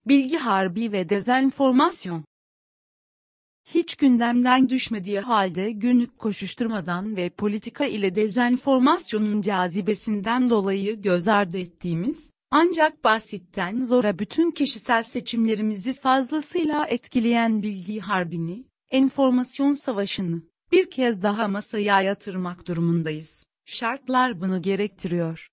Bilgi harbi ve dezenformasyon. Hiç gündemden düşmediği halde günlük koşuşturmadan ve politika ile dezenformasyonun cazibesinden dolayı göz ardı ettiğimiz, ancak basitten zora bütün kişisel seçimlerimizi fazlasıyla etkileyen bilgi harbini, enformasyon savaşını, bir kez daha masaya yatırmak durumundayız. Şartlar bunu gerektiriyor.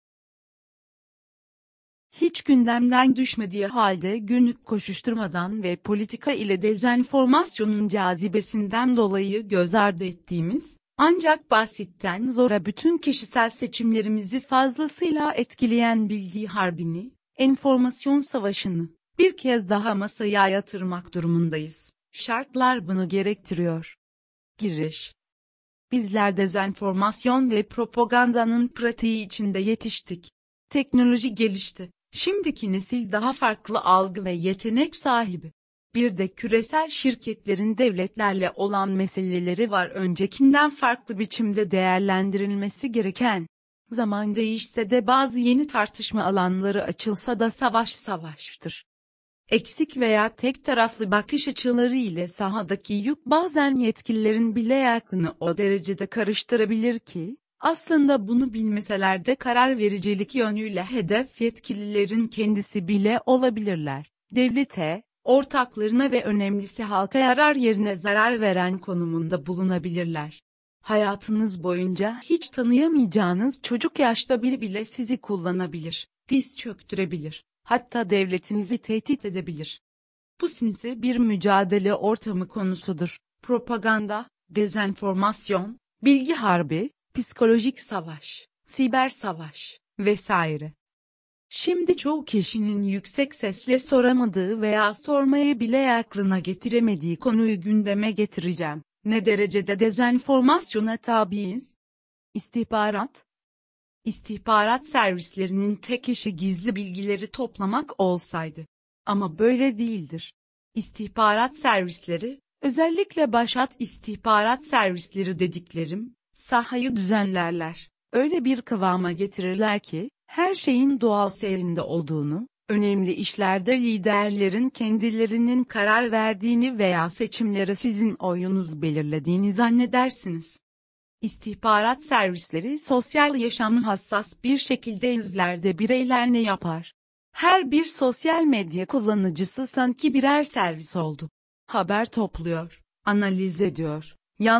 Hiç gündemden düşmediği halde günlük koşuşturmadan ve politika ile dezenformasyonun cazibesinden dolayı göz ardı ettiğimiz, ancak basitten zora bütün kişisel seçimlerimizi fazlasıyla etkileyen bilgi harbini, enformasyon savaşını, bir kez daha masaya yatırmak durumundayız. Şartlar bunu gerektiriyor. Giriş. Bizler dezenformasyon ve propagandanın pratiği içinde yetiştik. Teknoloji gelişti. Şimdiki nesil daha farklı algı ve yetenek sahibi. Bir de küresel şirketlerin devletlerle olan meseleleri var, öncekinden farklı biçimde değerlendirilmesi gereken. Zaman değişse de bazı yeni tartışma alanları açılsa da savaş savaştır. Eksik veya tek taraflı bakış açıları ile sahadaki yük bazen yetkililerin bile aklını o derecede karıştırabilir ki, aslında bunu bilmeseler de karar vericilik yönüyle hedef yetkililerin kendisi bile olabilirler. Devlete, ortaklarına ve önemlisi halka yarar yerine zarar veren konumunda bulunabilirler. Hayatınız boyunca hiç tanıyamayacağınız çocuk yaşta biri bile sizi kullanabilir, diz çöktürebilir, hatta devletinizi tehdit edebilir. Bu sinsi bir mücadele ortamı konusudur. Propaganda, dezenformasyon, bilgi harbi, psikolojik savaş, siber savaş vesaire. Şimdi çoğu kişinin yüksek sesle soramadığı veya sormayı bile aklına getiremediği konuyu gündeme getireceğim. Ne derecede dezenformasyona tabiiz? İstihbarat. İstihbarat servislerinin tek işi gizli bilgileri toplamak olsaydı. Ama böyle değildir. İstihbarat servisleri, özellikle başat istihbarat servisleri dediklerim, sahayı düzenlerler. Öyle bir kıvama getirirler ki, her şeyin doğal seyrinde olduğunu, önemli işlerde liderlerin kendilerinin karar verdiğini veya seçimleri sizin oyunuz belirlediğini zannedersiniz. İstihbarat servisleri sosyal yaşamı hassas bir şekilde izler de bireyler ne yapar? Her bir sosyal medya kullanıcısı sanki birer servis oldu. Haber topluyor, analiz ediyor,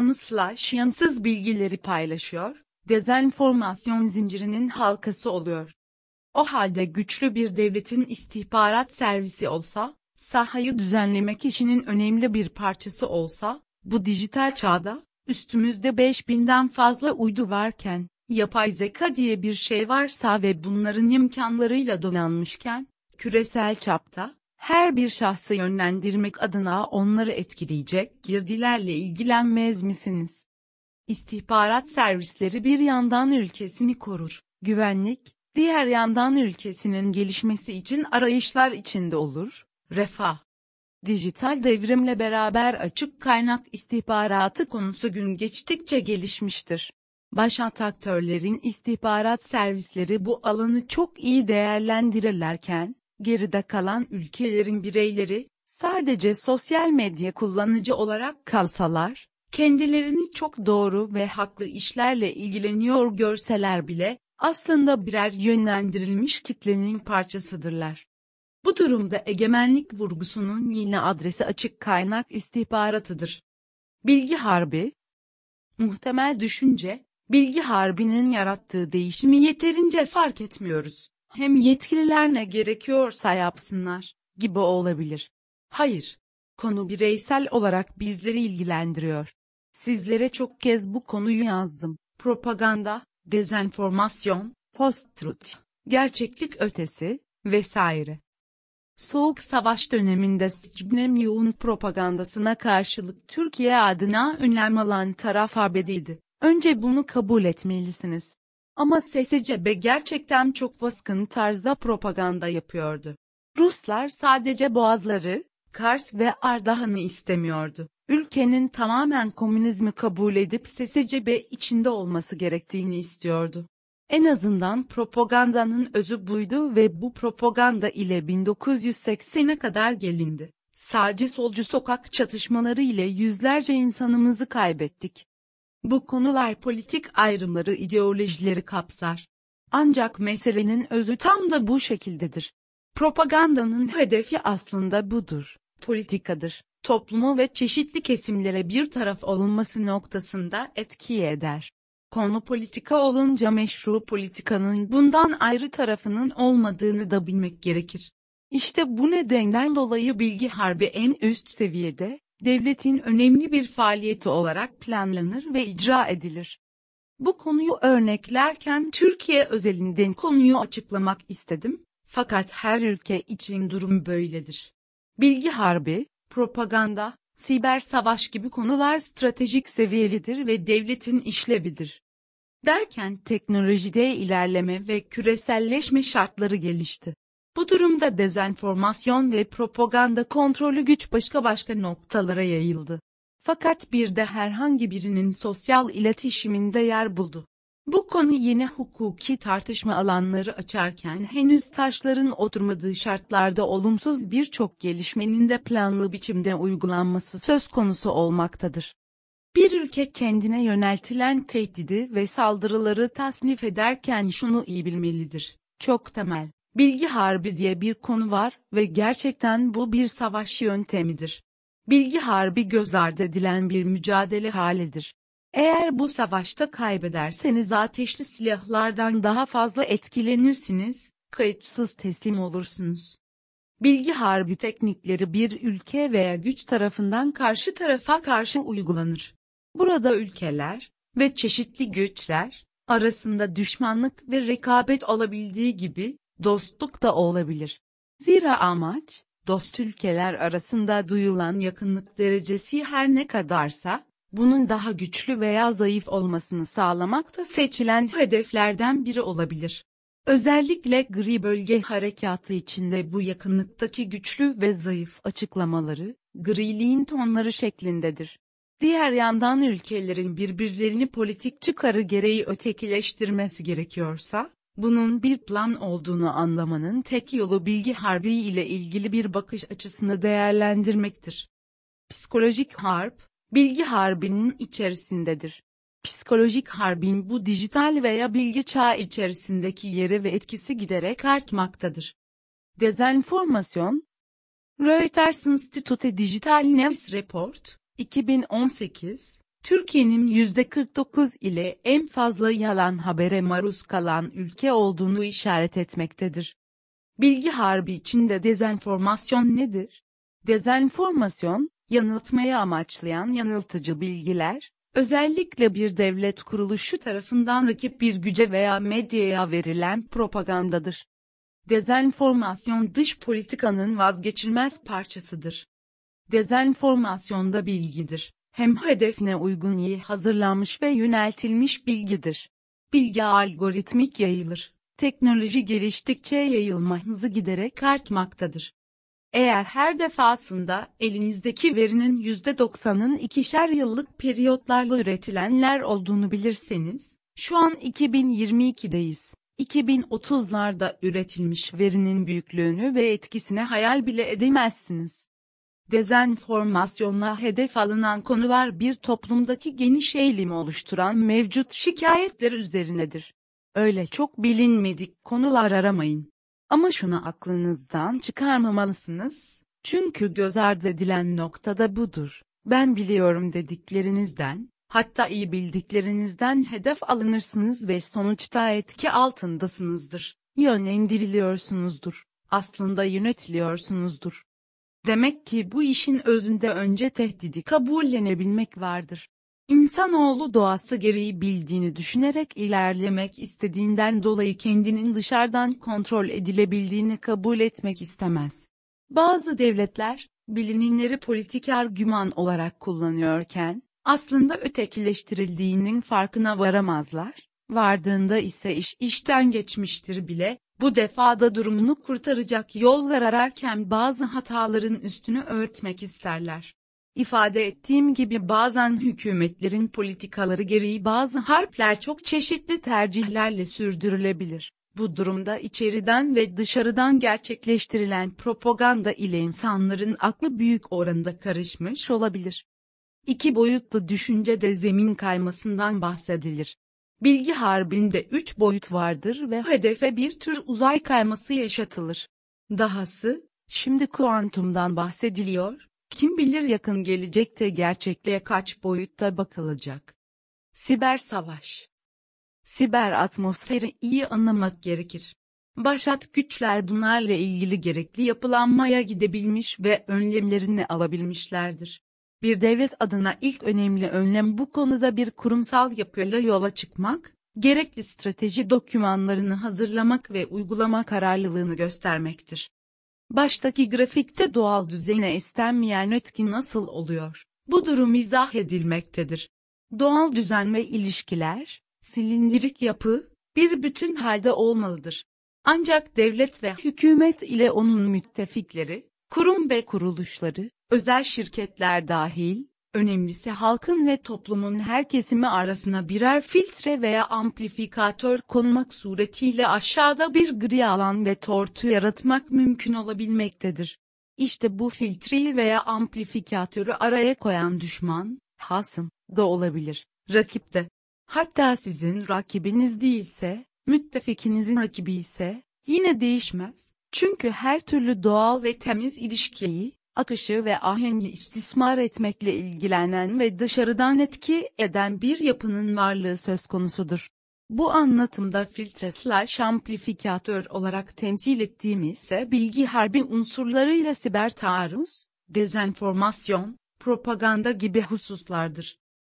yansız bilgileri paylaşıyor, dezenformasyon zincirinin halkası oluyor. O halde güçlü bir devletin istihbarat servisi olsa, sahayı düzenlemek işinin önemli bir parçası olsa, bu dijital çağda, üstümüzde 5000'den fazla uydu varken, yapay zeka diye bir şey varsa ve bunların imkanlarıyla donanmışken, küresel çapta, her bir şahsı yönlendirmek adına onları etkileyecek girdilerle ilgilenmez misiniz? İstihbarat servisleri bir yandan ülkesini korur, güvenlik, diğer yandan ülkesinin gelişmesi için arayışlar içinde olur, refah. Dijital devrimle beraber açık kaynak istihbaratı konusu gün geçtikçe gelişmiştir. Başat aktörlerin istihbarat servisleri bu alanı çok iyi değerlendirirlerken, geride kalan ülkelerin bireyleri, sadece sosyal medya kullanıcı olarak kalsalar, kendilerini çok doğru ve haklı işlerle ilgileniyor görseler bile, aslında birer yönlendirilmiş kitlenin parçasıdırlar. Bu durumda egemenlik vurgusunun yine adresi açık kaynak istihbaratıdır. Bilgi harbi, muhtemel düşünce, bilgi harbinin yarattığı değişimi yeterince fark etmiyoruz. Hem yetkililer ne gerekiyorsa yapsınlar, gibi olabilir. Hayır, konu bireysel olarak bizleri ilgilendiriyor. Sizlere çok kez bu konuyu yazdım. Propaganda, dezenformasyon, post-truth, gerçeklik ötesi, vesaire. Soğuk Savaş döneminde Sicbnemyu'nun propagandasına karşılık Türkiye adına önlem alan taraf ABD'ydi. Önce bunu kabul etmelisiniz. Ama SSCB gerçekten çok baskın tarzda propaganda yapıyordu. Ruslar sadece Boğazları, Kars ve Ardahan'ı istemiyordu. Ülkenin tamamen komünizmi kabul edip SSCB içinde olması gerektiğini istiyordu. En azından propagandanın özü buydu ve bu propaganda ile 1980'e kadar gelindi. Sağcı solcu sokak çatışmaları ile yüzlerce insanımızı kaybettik. Bu konular politik ayrımları, ideolojileri kapsar. Ancak meselenin özü tam da bu şekildedir. Propagandanın hedefi aslında budur, politikadır. Toplumu ve çeşitli kesimlere bir taraf olunması noktasında etki eder. Konu politika olunca meşru politikanın bundan ayrı tarafının olmadığını da bilmek gerekir. İşte bu nedenden dolayı bilgi harbi en üst seviyede, devletin önemli bir faaliyeti olarak planlanır ve icra edilir. Bu konuyu örneklerken Türkiye özelinden konuyu açıklamak istedim, fakat her ülke için durum böyledir. Bilgi harbi, propaganda, siber savaş gibi konular stratejik seviyelidir ve devletin işlevidir. Derken teknolojide ilerleme ve küreselleşme şartları gelişti. Bu durumda dezenformasyon ve propaganda kontrolü güç başka noktalara yayıldı. Fakat bir de herhangi birinin sosyal iletişiminde yer buldu. Bu konu yeni hukuki tartışma alanları açarken henüz taşların oturmadığı şartlarda olumsuz birçok gelişmenin de planlı biçimde uygulanması söz konusu olmaktadır. Bir ülke kendine yöneltilen tehdidi ve saldırıları tasnif ederken şunu iyi bilmelidir: çok temel, bilgi harbi diye bir konu var ve gerçekten bu bir savaş yöntemidir. Bilgi harbi göz ardı edilen bir mücadele halidir. Eğer bu savaşta kaybederseniz ateşli silahlardan daha fazla etkilenirsiniz, kayıtsız teslim olursunuz. Bilgi harbi teknikleri bir ülke veya güç tarafından karşı tarafa karşı uygulanır. Burada ülkeler ve çeşitli güçler arasında düşmanlık ve rekabet olabildiği gibi dostluk da olabilir. Zira amaç, dost ülkeler arasında duyulan yakınlık derecesi her ne kadarsa, bunun daha güçlü veya zayıf olmasını sağlamak da seçilen hedeflerden biri olabilir. Özellikle gri bölge harekatı içinde bu yakınlıktaki güçlü ve zayıf açıklamaları, griliğin tonları şeklindedir. Diğer yandan ülkelerin birbirlerini politik çıkarı gereği ötekileştirmesi gerekiyorsa, bunun bir plan olduğunu anlamanın tek yolu bilgi harbi ile ilgili bir bakış açısını değerlendirmektir. Psikolojik harp, bilgi harbinin içerisindedir. Psikolojik harbin bu dijital veya bilgi çağı içerisindeki yeri ve etkisi giderek artmaktadır. Dezenformasyon, Reuters Institute Digital News Report, 2018, Türkiye'nin %49 ile en fazla yalan habere maruz kalan ülke olduğunu işaret etmektedir. Bilgi harbi içinde dezenformasyon nedir? Dezenformasyon, yanıltmayı amaçlayan yanıltıcı bilgiler, özellikle bir devlet kuruluşu tarafından rakip bir güce veya medyaya verilen propagandadır. Dezenformasyon dış politikanın vazgeçilmez parçasıdır. Dezenformasyonda bilgidir, hem hedefine uygun iyi hazırlanmış ve yöneltilmiş bilgidir. Bilgi algoritmik yayılır. Teknoloji geliştikçe yayılma hızı giderek artmaktadır. Eğer her defasında elinizdeki verinin %90'ın ikişer yıllık periyotlarla üretilenler olduğunu bilirseniz, şu an 2022'deyiz. 2030'larda üretilmiş verinin büyüklüğünü ve etkisini hayal bile edemezsiniz. Dezenformasyonla hedef alınan konular bir toplumdaki geniş eğilimi oluşturan mevcut şikayetler üzerinedir. Öyle çok bilinmedik konular aramayın. Ama şunu aklınızdan çıkarmamalısınız, çünkü göz ardı edilen nokta da budur. Ben biliyorum dediklerinizden, hatta iyi bildiklerinizden hedef alınırsınız ve sonuçta etki altındasınızdır. Yönlendiriliyorsunuzdur. Aslında yönetiliyorsunuzdur. Demek ki bu işin özünde önce tehdidi kabullenebilmek vardır. İnsanoğlu doğası gereği bildiğini düşünerek ilerlemek istediğinden dolayı kendinin dışarıdan kontrol edilebildiğini kabul etmek istemez. Bazı devletler, bilinenleri politik argüman olarak kullanıyorken, aslında ötekileştirildiğinin farkına varamazlar, vardığında ise iş işten geçmiştir bile. Bu defada durumunu kurtaracak yollar ararken bazı hataların üstünü örtmek isterler. İfade ettiğim gibi bazen hükümetlerin politikaları gereği bazı harpler çok çeşitli tercihlerle sürdürülebilir. Bu durumda içeriden ve dışarıdan gerçekleştirilen propaganda ile insanların aklı büyük oranda karışmış olabilir. İki boyutlu düşüncede zemin kaymasından bahsedilir. Bilgi harbinde 3 boyut vardır ve hedefe bir tür uzay kayması yaşatılır. Dahası, şimdi kuantumdan bahsediliyor, kim bilir yakın gelecekte gerçekliğe kaç boyutta bakılacak. Siber savaş. Siber atmosferi iyi anlamak gerekir. Başat güçler bunlarla ilgili gerekli yapılanmaya gidebilmiş ve önlemlerini alabilmişlerdir. Bir devlet adına ilk önemli önlem bu konuda bir kurumsal yapıyla yola çıkmak, gerekli strateji dokümanlarını hazırlamak ve uygulama kararlılığını göstermektir. Baştaki grafikte doğal düzene istenmeyen etki nasıl oluyor? Bu durum izah edilmektedir. Doğal düzen ve ilişkiler, silindirik yapı, bir bütün halde olmalıdır. Ancak devlet ve hükümet ile onun müttefikleri, kurum ve kuruluşları, özel şirketler dahil, önemlisi halkın ve toplumun her kesimi arasına birer filtre veya amplifikatör konmak suretiyle aşağıda bir gri alan ve tortu yaratmak mümkün olabilmektedir. İşte bu filtreyi veya amplifikatörü araya koyan düşman, hasım da olabilir, rakip de. Hatta sizin rakibiniz değilse, müttefikinizin rakibi ise, yine değişmez. Çünkü her türlü doğal ve temiz ilişkiyi, akışı ve ahengi istismar etmekle ilgilenen ve dışarıdan etki eden bir yapının varlığı söz konusudur. Bu anlatımda filtre/amplifikatör olarak temsil ettiğimiz ise bilgi harbi unsurlarıyla siber taarruz, dezenformasyon, propaganda gibi hususlardır.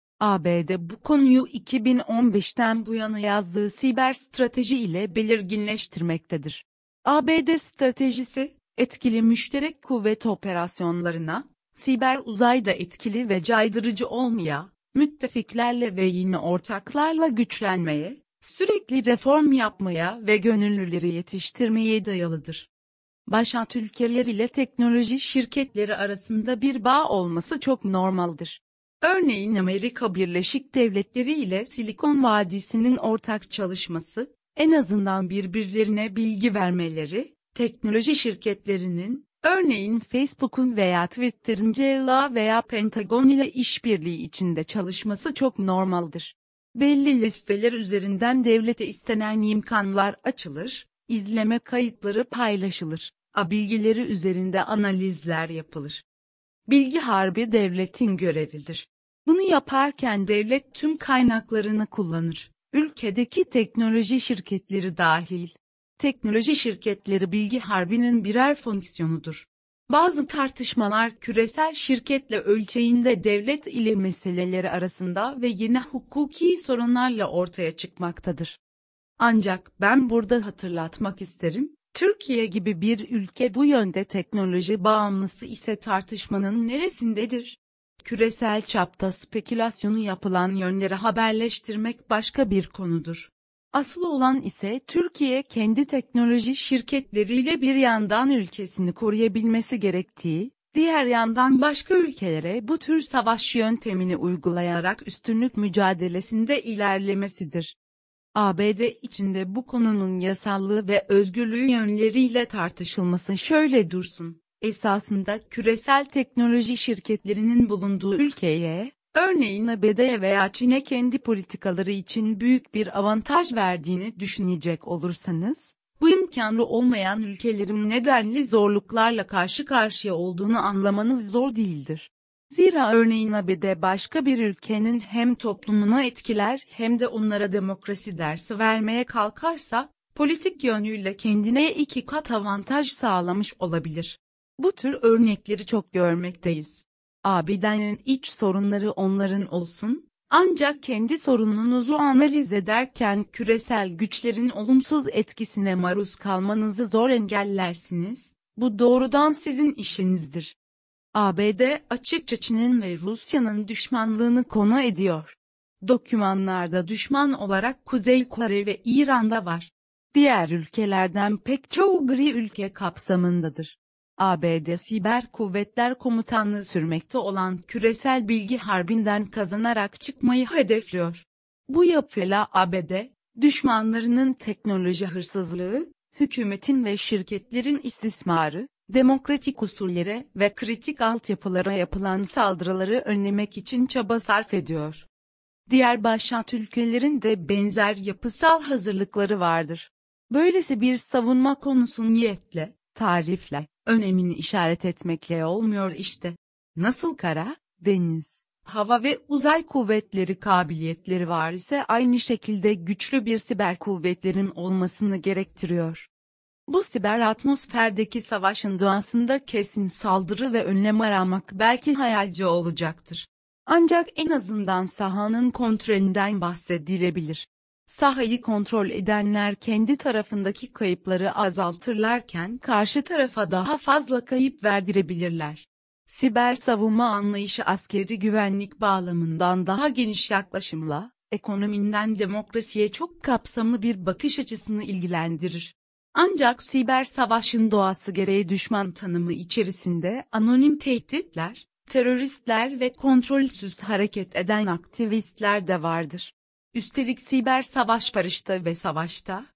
ABD bu konuyu 2015'ten bu yana yazdığı siber strateji ile belirginleştirmektedir. ABD stratejisi, etkili müşterek kuvvet operasyonlarına, siber uzayda etkili ve caydırıcı olmaya, müttefiklerle ve yine ortaklarla güçlenmeye, sürekli reform yapmaya ve gönüllüleri yetiştirmeye dayalıdır. Başat ülkeler ile teknoloji şirketleri arasında bir bağ olması çok normaldir. Örneğin Amerika Birleşik Devletleri ile Silikon Vadisi'nin ortak çalışması, en azından birbirlerine bilgi vermeleri, teknoloji şirketlerinin, örneğin Facebook'un veya Twitter'ın CIA veya Pentagon ile işbirliği içinde çalışması çok normaldir. Belli listeler üzerinden devlete istenen imkanlar açılır, izleme kayıtları paylaşılır, bilgileri üzerinde analizler yapılır. Bilgi harbi devletin görevidir. Bunu yaparken devlet tüm kaynaklarını kullanır, ülkedeki teknoloji şirketleri dahil. Teknoloji şirketleri bilgi harbinin birer fonksiyonudur. Bazı tartışmalar küresel şirketle ölçeğinde devlet ile meseleleri arasında ve yine hukuki sorunlarla ortaya çıkmaktadır. Ancak ben burada hatırlatmak isterim, Türkiye gibi bir ülke bu yönde teknoloji bağımlısı ise tartışmanın neresindedir? Küresel çapta spekülasyonu yapılan yönleri haberleştirmek başka bir konudur. Asıl olan ise Türkiye kendi teknoloji şirketleriyle bir yandan ülkesini koruyabilmesi gerektiği, diğer yandan başka ülkelere bu tür savaş yöntemini uygulayarak üstünlük mücadelesinde ilerlemesidir. ABD içinde bu konunun yasallığı ve özgürlüğü yönleriyle tartışılması şöyle dursun. Esasında küresel teknoloji şirketlerinin bulunduğu ülkeye, örneğin ABD'ye veya Çin'e kendi politikaları için büyük bir avantaj verdiğini düşünecek olursanız, bu imkanı olmayan ülkelerin nedenli zorluklarla karşı karşıya olduğunu anlamanız zor değildir. Zira örneğin ABD başka bir ülkenin hem toplumunu etkiler hem de onlara demokrasi dersi vermeye kalkarsa, politik yönüyle kendine 2 kat avantaj sağlamış olabilir. Bu tür örnekleri çok görmekteyiz. ABD'nin iç sorunları onların olsun, ancak kendi sorununuzu analiz ederken küresel güçlerin olumsuz etkisine maruz kalmanızı zor engellersiniz, bu doğrudan sizin işinizdir. ABD açıkça Çin'in ve Rusya'nın düşmanlığını konu ediyor. Dokümanlarda düşman olarak Kuzey Kore ve İran'da var. Diğer ülkelerden pek çoğu gri ülke kapsamındadır. ABD Siber Kuvvetler Komutanlığı sürmekte olan küresel bilgi harbinden kazanarak çıkmayı hedefliyor. Bu yapıyla ABD, düşmanlarının teknoloji hırsızlığı, hükümetin ve şirketlerin istismarı, demokratik usullere ve kritik altyapılara yapılan saldırıları önlemek için çaba sarf ediyor. Diğer başat ülkelerin de benzer yapısal hazırlıkları vardır. Böylesi bir savunma konusu niyetle, tarifle, önemini işaret etmekle olmuyor işte. Nasıl kara, deniz, hava ve uzay kuvvetleri kabiliyetleri var ise aynı şekilde güçlü bir siber kuvvetlerin olmasını gerektiriyor. Bu siber atmosferdeki savaşın doğasında kesin saldırı ve önlem aramak belki hayalci olacaktır. Ancak en azından sahanın kontrolünden bahsedilebilir. Sahayı kontrol edenler kendi tarafındaki kayıpları azaltırlarken karşı tarafa daha fazla kayıp verdirebilirler. Siber savunma anlayışı askeri güvenlik bağlamından daha geniş yaklaşımla, ekonomiden demokrasiye çok kapsamlı bir bakış açısını ilgilendirir. Ancak siber savaşın doğası gereği düşman tanımı içerisinde anonim tehditler, teröristler ve kontrolsüz hareket eden aktivistler de vardır. Üstelik siber savaş barışta ve savaşta,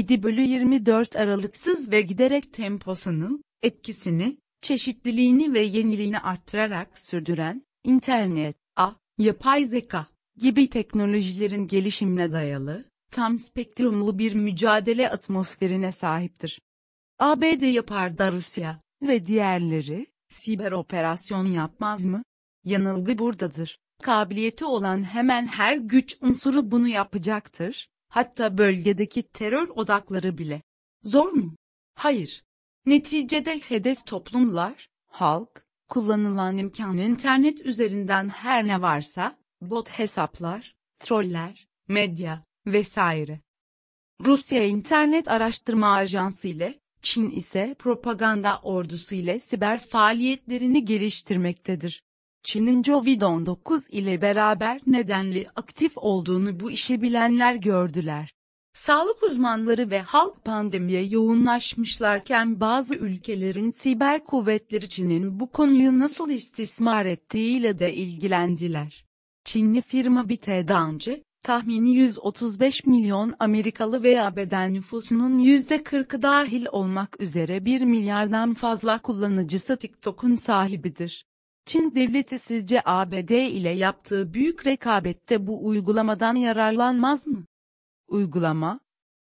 7/24 aralıksız ve giderek temposunu, etkisini, çeşitliliğini ve yeniliğini arttırarak sürdüren, internet, yapay zeka gibi teknolojilerin gelişimine dayalı, tam spektrumlu bir mücadele atmosferine sahiptir. ABD yapar da Rusya ve diğerleri, siber operasyon yapmaz mı? Yanılgı buradadır. Kabiliyeti olan hemen her güç unsuru bunu yapacaktır, hatta bölgedeki terör odakları bile. Zor mu? Hayır. Neticede hedef toplumlar, halk, kullanılan imkan internet üzerinden her ne varsa, bot hesaplar, troller, medya vesaire. Rusya İnternet Araştırma Ajansı ile, Çin ise propaganda ordusu ile siber faaliyetlerini geliştirmektedir. Çin'in Covid-19 ile beraber nedenli aktif olduğunu bu işi bilenler gördüler. Sağlık uzmanları ve halk pandemiye yoğunlaşmışlarken bazı ülkelerin siber kuvvetleri Çin'in bu konuyu nasıl istismar ettiğiyle de ilgilendiler. Çinli firma BIT daha önce, tahmini 135 milyon Amerikalı ve ABD nüfusunun %40'ı dahil olmak üzere 1 milyardan fazla kullanıcısı TikTok'un sahibidir. Çin devleti sizce ABD ile yaptığı büyük rekabette bu uygulamadan yararlanmaz mı? Uygulama,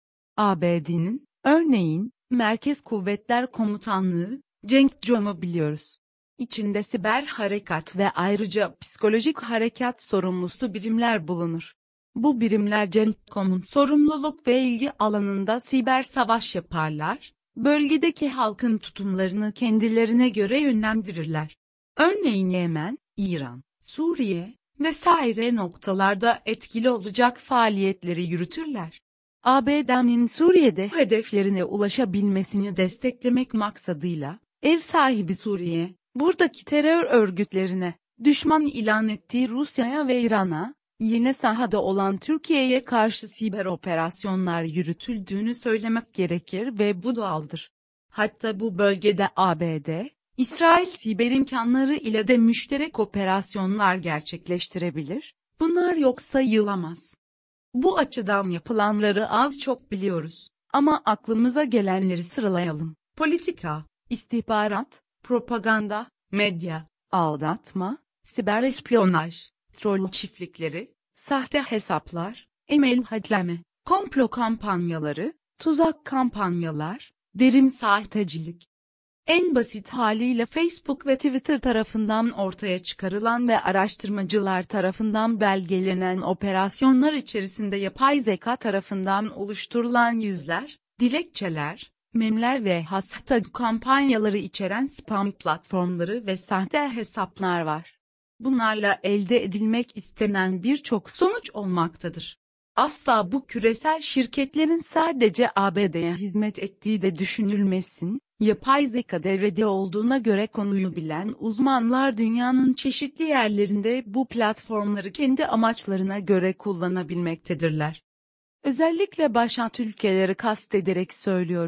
ABD'nin, örneğin, Merkez Kuvvetler Komutanlığı, CENTCOM'u biliyoruz. İçinde siber harekat ve ayrıca psikolojik harekat sorumlusu birimler bulunur. Bu birimler CENTCOM'un sorumluluk ve ilgi alanında siber savaş yaparlar, bölgedeki halkın tutumlarını kendilerine göre yönlendirirler. Örneğin Yemen, İran, Suriye vesaire noktalarda etkili olacak faaliyetleri yürütürler. ABD'nin Suriye'de hedeflerine ulaşabilmesini desteklemek maksadıyla, ev sahibi Suriye, buradaki terör örgütlerine, düşman ilan ettiği Rusya'ya ve İran'a, yine sahada olan Türkiye'ye karşı siber operasyonlar yürütüldüğünü söylemek gerekir ve bu doğaldır. Hatta bu bölgede ABD, İsrail siber imkanları ile de müşterek operasyonlar gerçekleştirebilir, bunlar yok sayılamaz. Bu açıdan yapılanları az çok biliyoruz, ama aklımıza gelenleri sıralayalım. Politika, istihbarat, propaganda, medya, aldatma, siber espiyonaj, troll çiftlikleri, sahte hesaplar, e-mail hackleme, komplo kampanyaları, tuzak kampanyalar, derin sahtecilik. En basit haliyle Facebook ve Twitter tarafından ortaya çıkarılan ve araştırmacılar tarafından belgelenen operasyonlar içerisinde yapay zeka tarafından oluşturulan yüzler, dilekçeler, memler ve hashtag kampanyaları içeren spam platformları ve sahte hesaplar var. Bunlarla elde edilmek istenen birçok sonuç olmaktadır. Asla bu küresel şirketlerin sadece ABD'ye hizmet ettiği de düşünülmesin. Yapay zeka devrede olduğuna göre konuyu bilen uzmanlar dünyanın çeşitli yerlerinde bu platformları kendi amaçlarına göre kullanabilmektedirler. Özellikle başat ülkeleri kastederek söylüyorum,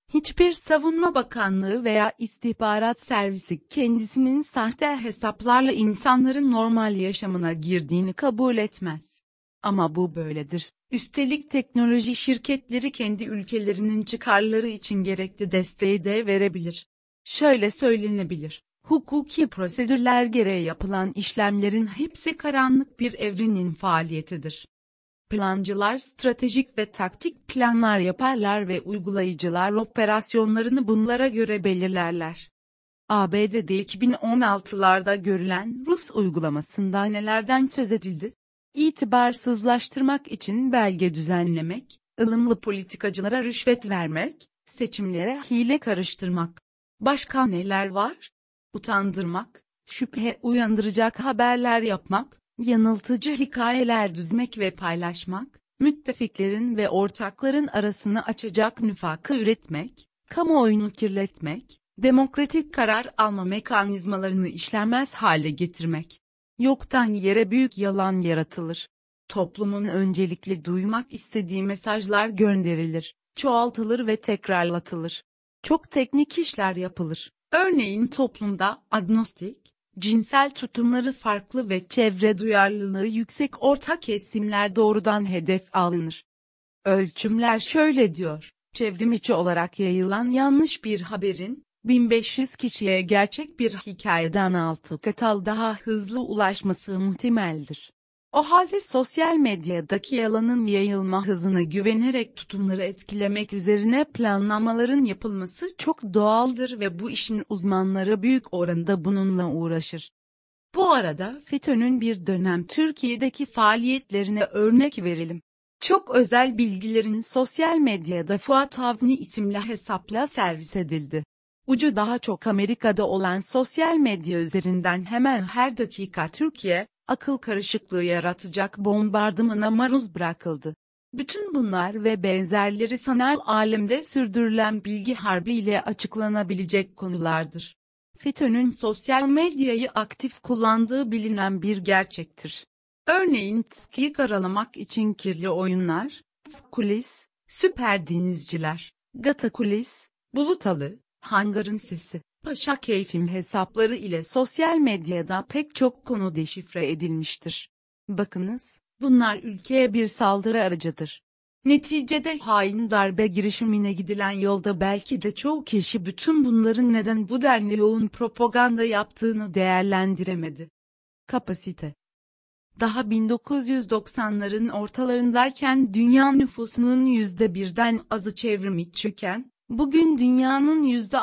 Hiçbir savunma bakanlığı veya istihbarat servisi kendisinin sahte hesaplarla insanların normal yaşamına girdiğini kabul etmez. Ama bu böyledir. Üstelik teknoloji şirketleri kendi ülkelerinin çıkarları için gerekli desteği de verebilir. Şöyle söylenebilir: hukuki prosedürler gereği yapılan işlemlerin hepsi karanlık bir evrenin faaliyetidir. Plancılar stratejik ve taktik planlar yaparlar ve uygulayıcılar operasyonlarını bunlara göre belirlerler. ABD'de 2016'larda görülen Rus uygulamasında nelerden söz edildi? İtibarsızlaştırmak için belge düzenlemek, ılımlı politikacılara rüşvet vermek, seçimlere hile karıştırmak. Başka neler var? Utandırmak, şüphe uyandıracak haberler yapmak, yanıltıcı hikayeler düzmek ve paylaşmak, müttefiklerin ve ortakların arasını açacak nifakı üretmek, kamuoyunu kirletmek, demokratik karar alma mekanizmalarını işlenmez hale getirmek. Yoktan yere büyük yalan yaratılır. Toplumun öncelikle duymak istediği mesajlar gönderilir, çoğaltılır ve tekrarlatılır. Çok teknik işler yapılır. Örneğin toplumda agnostik, cinsel tutumları farklı ve çevre duyarlılığı yüksek orta kesimler doğrudan hedef alınır. Ölçümler şöyle diyor: çevrimiçi olarak yayılan yanlış bir haberin, 1500 kişiye gerçek bir hikayeden 6 kat daha hızlı ulaşması muhtemeldir. O halde sosyal medyadaki yalanın yayılma hızına güvenerek tutumları etkilemek üzerine planlamaların yapılması çok doğaldır ve bu işin uzmanları büyük oranda bununla uğraşır. Bu arada FETÖ'nün bir dönem Türkiye'deki faaliyetlerine örnek verelim. Çok özel bilgilerin sosyal medyada Fuat Avni isimli hesapla servis edildi. Ucu daha çok Amerika'da olan sosyal medya üzerinden hemen her dakika Türkiye, akıl karışıklığı yaratacak bombardımana maruz bırakıldı. Bütün bunlar ve benzerleri sanal alemde sürdürülen bilgi harbi ile açıklanabilecek konulardır. FETÖ'nün sosyal medyayı aktif kullandığı bilinen bir gerçektir. Örneğin TSK'yı karalamak için kirli oyunlar, TSK-Kulis, Süper Denizciler, Gata Kulis, Bulutalı, Hangarın Sesi, Paşa Keyfim hesapları ile sosyal medyada pek çok konu deşifre edilmiştir. Bakınız, bunlar ülkeye bir saldırı aracıdır. Neticede hain darbe girişimine gidilen yolda belki de çoğu kişi bütün bunların neden bu denli yoğun propaganda yaptığını değerlendiremedi. Kapasite. Daha 1990'ların ortalarındayken dünya nüfusunun %1'den azı çevrimiçiyken, bugün dünyanın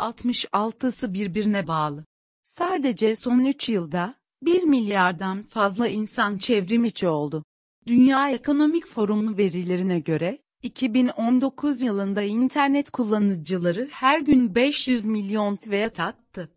%66'sı birbirine bağlı. Sadece son 3 yılda, 1 milyardan fazla insan çevrimiçi oldu. Dünya Ekonomik Forumu verilerine göre, 2019 yılında internet kullanıcıları her gün 500 milyon tweet attı,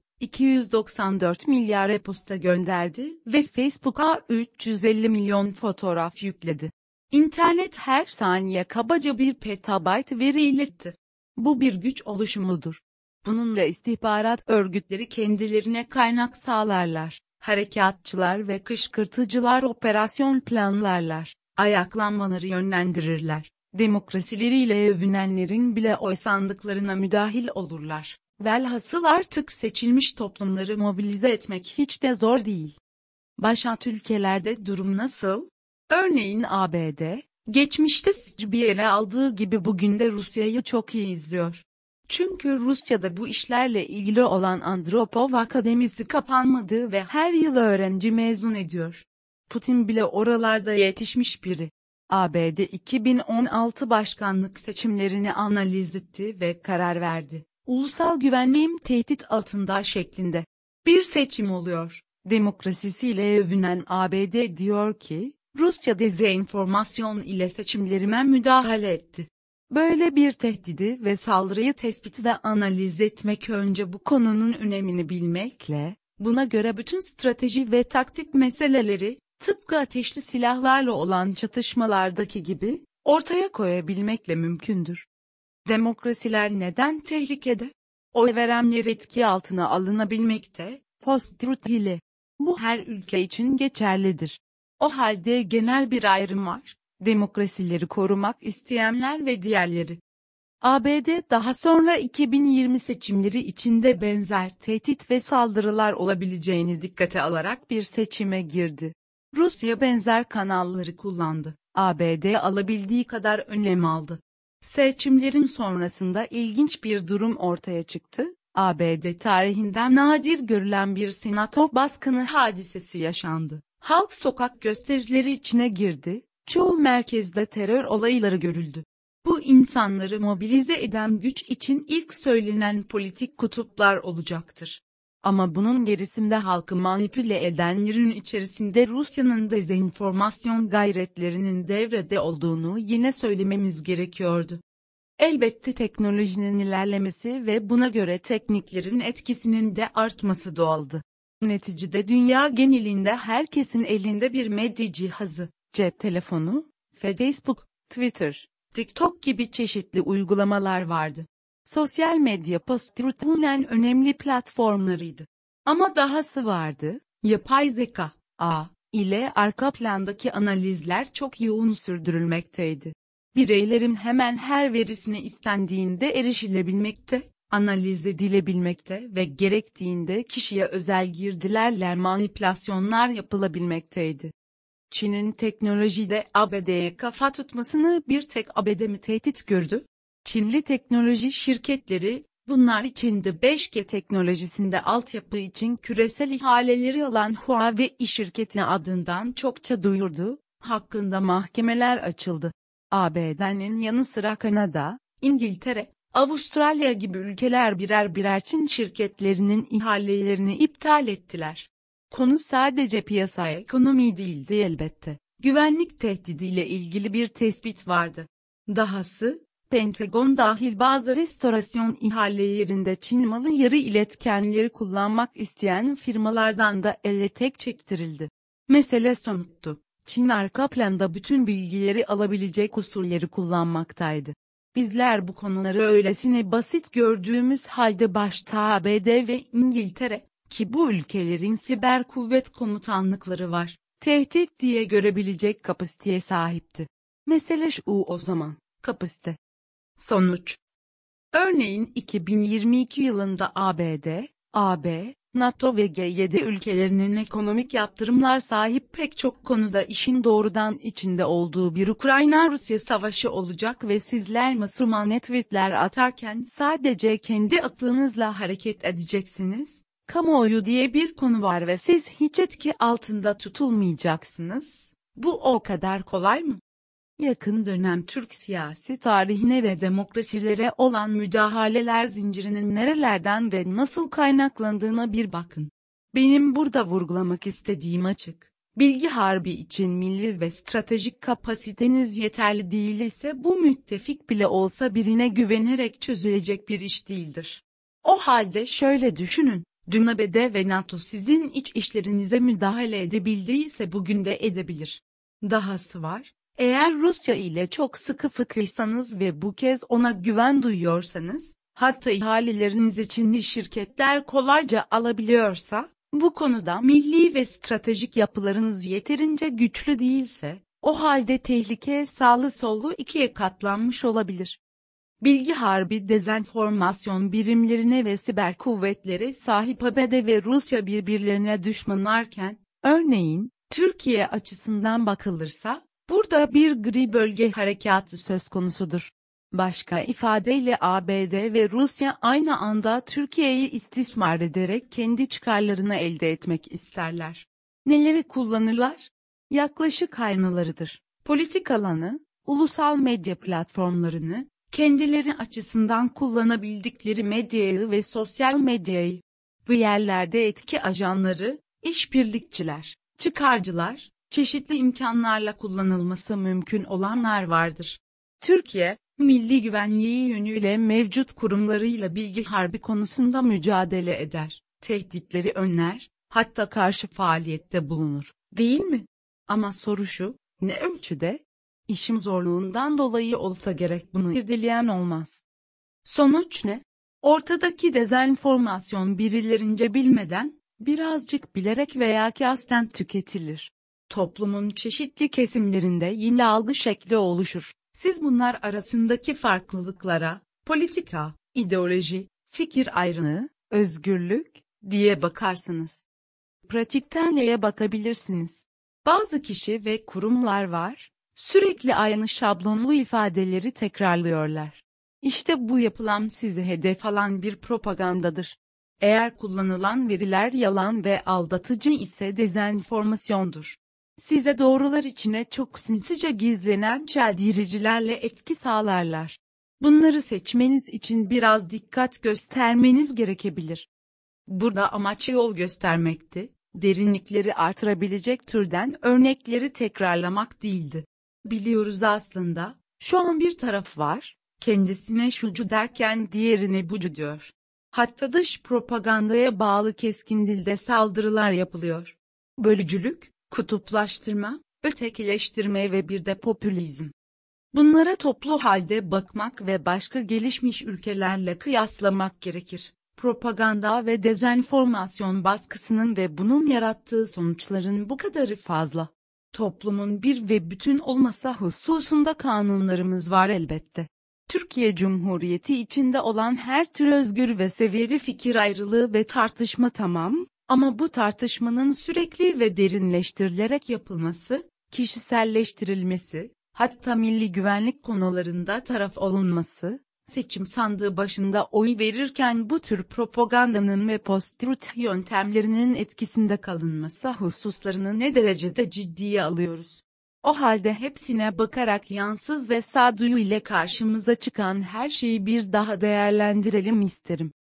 294 milyar e-posta gönderdi ve Facebook'a 350 milyon fotoğraf yükledi. İnternet her saniye kabaca 1 petabayt veri iletti. Bu bir güç oluşumudur. Bununla istihbarat örgütleri kendilerine kaynak sağlarlar. Harekatçılar ve kışkırtıcılar operasyon planlarlar, ayaklanmaları yönlendirirler, demokrasileriyle övünenlerin bile oy sandıklarına müdahil olurlar. Velhasıl artık seçilmiş toplumları mobilize etmek hiç de zor değil. Başat ülkelerde durum nasıl? Örneğin ABD, geçmişte SİCB'i ele aldığı gibi bugün de Rusya'yı çok iyi izliyor. Çünkü Rusya'da bu işlerle ilgili olan Andropov Akademisi kapanmadı ve her yıl öğrenci mezun ediyor. Putin bile oralarda yetişmiş biri. ABD 2016 başkanlık seçimlerini analiz etti ve karar verdi. Ulusal güvenliğim tehdit altında şeklinde. Bir seçim oluyor. Demokrasisiyle övünen ABD diyor ki, Rusya dezenformasyon ile seçimlerime müdahale etti. Böyle bir tehdidi ve saldırıyı tespit ve analiz etmek önce bu konunun önemini bilmekle, buna göre bütün strateji ve taktik meseleleri, tıpkı ateşli silahlarla olan çatışmalardaki gibi, ortaya koyabilmekle mümkündür. Demokrasiler neden tehlikede? Oy verenler etki altına alınabilmekte, post-truth ile. Bu her ülke için geçerlidir. O halde genel bir ayrım var. Demokrasileri korumak isteyenler ve diğerleri. ABD daha sonra 2020 seçimleri içinde benzer tehdit ve saldırılar olabileceğini dikkate alarak bir seçime girdi. Rusya benzer kanalları kullandı. ABD alabildiği kadar önlem aldı. Seçimlerin sonrasında ilginç bir durum ortaya çıktı. ABD tarihinden nadir görülen bir senato baskını hadisesi yaşandı. Halk sokak gösterileri içine girdi. Çoğu merkezde terör olayları görüldü. Bu insanları mobilize eden güç için ilk söylenen politik kutuplar olacaktır. Ama bunun gerisinde halkı manipüle edenlerin içerisinde Rusya'nın dezenformasyon gayretlerinin devrede olduğunu yine söylememiz gerekiyordu. Elbette teknolojinin ilerlemesi ve buna göre tekniklerin etkisinin de artması doğaldı. Neticede dünya genelinde herkesin elinde bir medya cihazı, cep telefonu, Facebook, Twitter, TikTok gibi çeşitli uygulamalar vardı. Sosyal medya post-truth'un en önemli platformlarıydı. Ama dahası vardı, yapay zeka, ile arka plandaki analizler çok yoğun sürdürülmekteydi. Bireylerin hemen her verisine istendiğinde erişilebilmekte, analiz edilebilmekte ve gerektiğinde kişiye özel girdilerle manipülasyonlar yapılabilmekteydi. Çin'in teknolojide ABD'ye kafa tutmasını bir tek ABD mi tehdit gördü? Çinli teknoloji şirketleri, bunlar içinde 5G teknolojisinde altyapı için küresel ihaleleri alan Huawei şirketi adından çokça duyurdu, hakkında mahkemeler açıldı. ABD'nin yanı sıra Kanada, İngiltere, Avustralya gibi ülkeler birer birer Çin şirketlerinin ihalelerini iptal ettiler. Konu sadece piyasa ekonomi değildi elbette. Güvenlik tehdidiyle ilgili bir tespit vardı. Dahası, Pentagon dahil bazı restorasyon ihalelerinde Çin malı yarı iletkenleri kullanmak isteyen firmalardan da elle tek çektirildi. Mesele somuttu. Çin arka planda bütün bilgileri alabilecek usulleri kullanmaktaydı. Bizler bu konuları öylesine basit gördüğümüz halde başta ABD ve İngiltere, ki bu ülkelerin siber kuvvet komutanlıkları var, tehdit diye görebilecek kapasiteye sahipti. Mesele şu o zaman, kapasite. Sonuç. Örneğin 2022 yılında ABD, AB, NATO ve G7 ülkelerinin ekonomik yaptırımlar sahip pek çok konuda işin doğrudan içinde olduğu bir Ukrayna-Rusya savaşı olacak ve sizler masumane tweetler atarken sadece kendi aklınızla hareket edeceksiniz. Kamuoyu diye bir konu var ve siz hiç etki altında tutulmayacaksınız. Bu o kadar kolay mı? Yakın dönem Türk siyasi tarihine ve demokrasilere olan müdahaleler zincirinin nerelerden ve nasıl kaynaklandığına bir bakın. Benim burada vurgulamak istediğim açık. Bilgi harbi için milli ve stratejik kapasiteniz yeterli değilse bu müttefik bile olsa birine güvenerek çözülecek bir iş değildir. O halde şöyle düşünün. Dün ABD ve NATO sizin iç işlerinize müdahale edebildiyse bugün de edebilir. Dahası var. Eğer Rusya ile çok sıkı fıkıysanız ve bu kez ona güven duyuyorsanız, hatta ihalelerinizi Çinli şirketler kolayca alabiliyorsa, bu konuda milli ve stratejik yapılarınız yeterince güçlü değilse, o halde tehlike sağlı sollu ikiye katlanmış olabilir. Bilgi harbi dezenformasyon birimlerine ve siber kuvvetlere sahip ABD ve Rusya birbirlerine düşmanlarken, örneğin, Türkiye açısından bakılırsa, burada bir gri bölge harekatı söz konusudur. Başka ifadeyle ABD ve Rusya aynı anda Türkiye'yi istismar ederek kendi çıkarlarını elde etmek isterler. Neleri kullanırlar? Yaklaşık aynalarıdır. Politik alanı, ulusal medya platformlarını, kendileri açısından kullanabildikleri medyayı ve sosyal medyayı. Bu yerlerde etki ajanları, işbirlikçiler, çıkarcılar, çeşitli imkanlarla kullanılması mümkün olanlar vardır. Türkiye, milli güvenliği yönüyle mevcut kurumlarıyla bilgi harbi konusunda mücadele eder, tehditleri önler, hatta karşı faaliyette bulunur, değil mi? Ama soru şu, ne ölçüde? İşim zorluğundan dolayı olsa gerek bunu irdeleyen olmaz. Sonuç ne? Ortadaki dezenformasyon birilerince bilmeden, birazcık bilerek veya kasten tüketilir. Toplumun çeşitli kesimlerinde yeni algı şekli oluşur. Siz bunlar arasındaki farklılıklara, politika, ideoloji, fikir ayrılığı, özgürlük diye bakarsınız. Pratikten neye bakabilirsiniz? Bazı kişi ve kurumlar var, sürekli aynı şablonlu ifadeleri tekrarlıyorlar. İşte bu yapılan sizi hedef alan bir propagandadır. Eğer kullanılan veriler yalan ve aldatıcı ise dezenformasyondur. Size doğrular içine çok sinsice gizlenen çeldiricilerle etki sağlarlar. Bunları seçmeniz için biraz dikkat göstermeniz gerekebilir. Burada amaç yol göstermekti, derinlikleri artırabilecek türden örnekleri tekrarlamak değildi. Biliyoruz aslında, şu an bir taraf var, kendisine şucu derken diğerine bucu diyor. Hatta dış propagandaya bağlı keskin dilde saldırılar yapılıyor. Bölücülük, kutuplaştırma, ötekileştirme ve bir de popülizm. Bunlara toplu halde bakmak ve başka gelişmiş ülkelerle kıyaslamak gerekir. Propaganda ve dezenformasyon baskısının ve bunun yarattığı sonuçların bu kadarı fazla. Toplumun bir ve bütün olması hususunda kanunlarımız var elbette. Türkiye Cumhuriyeti içinde olan her tür özgür ve seviyeli fikir ayrılığı ve tartışma tamam, ama bu tartışmanın sürekli ve derinleştirilerek yapılması, kişiselleştirilmesi, hatta milli güvenlik konularında taraf olunması, seçim sandığı başında oy verirken bu tür propagandanın ve post-truth yöntemlerinin etkisinde kalınması hususlarını ne derecede ciddiye alıyoruz? O halde hepsine bakarak yansız ve sağduyu ile karşımıza çıkan her şeyi bir daha değerlendirelim isterim.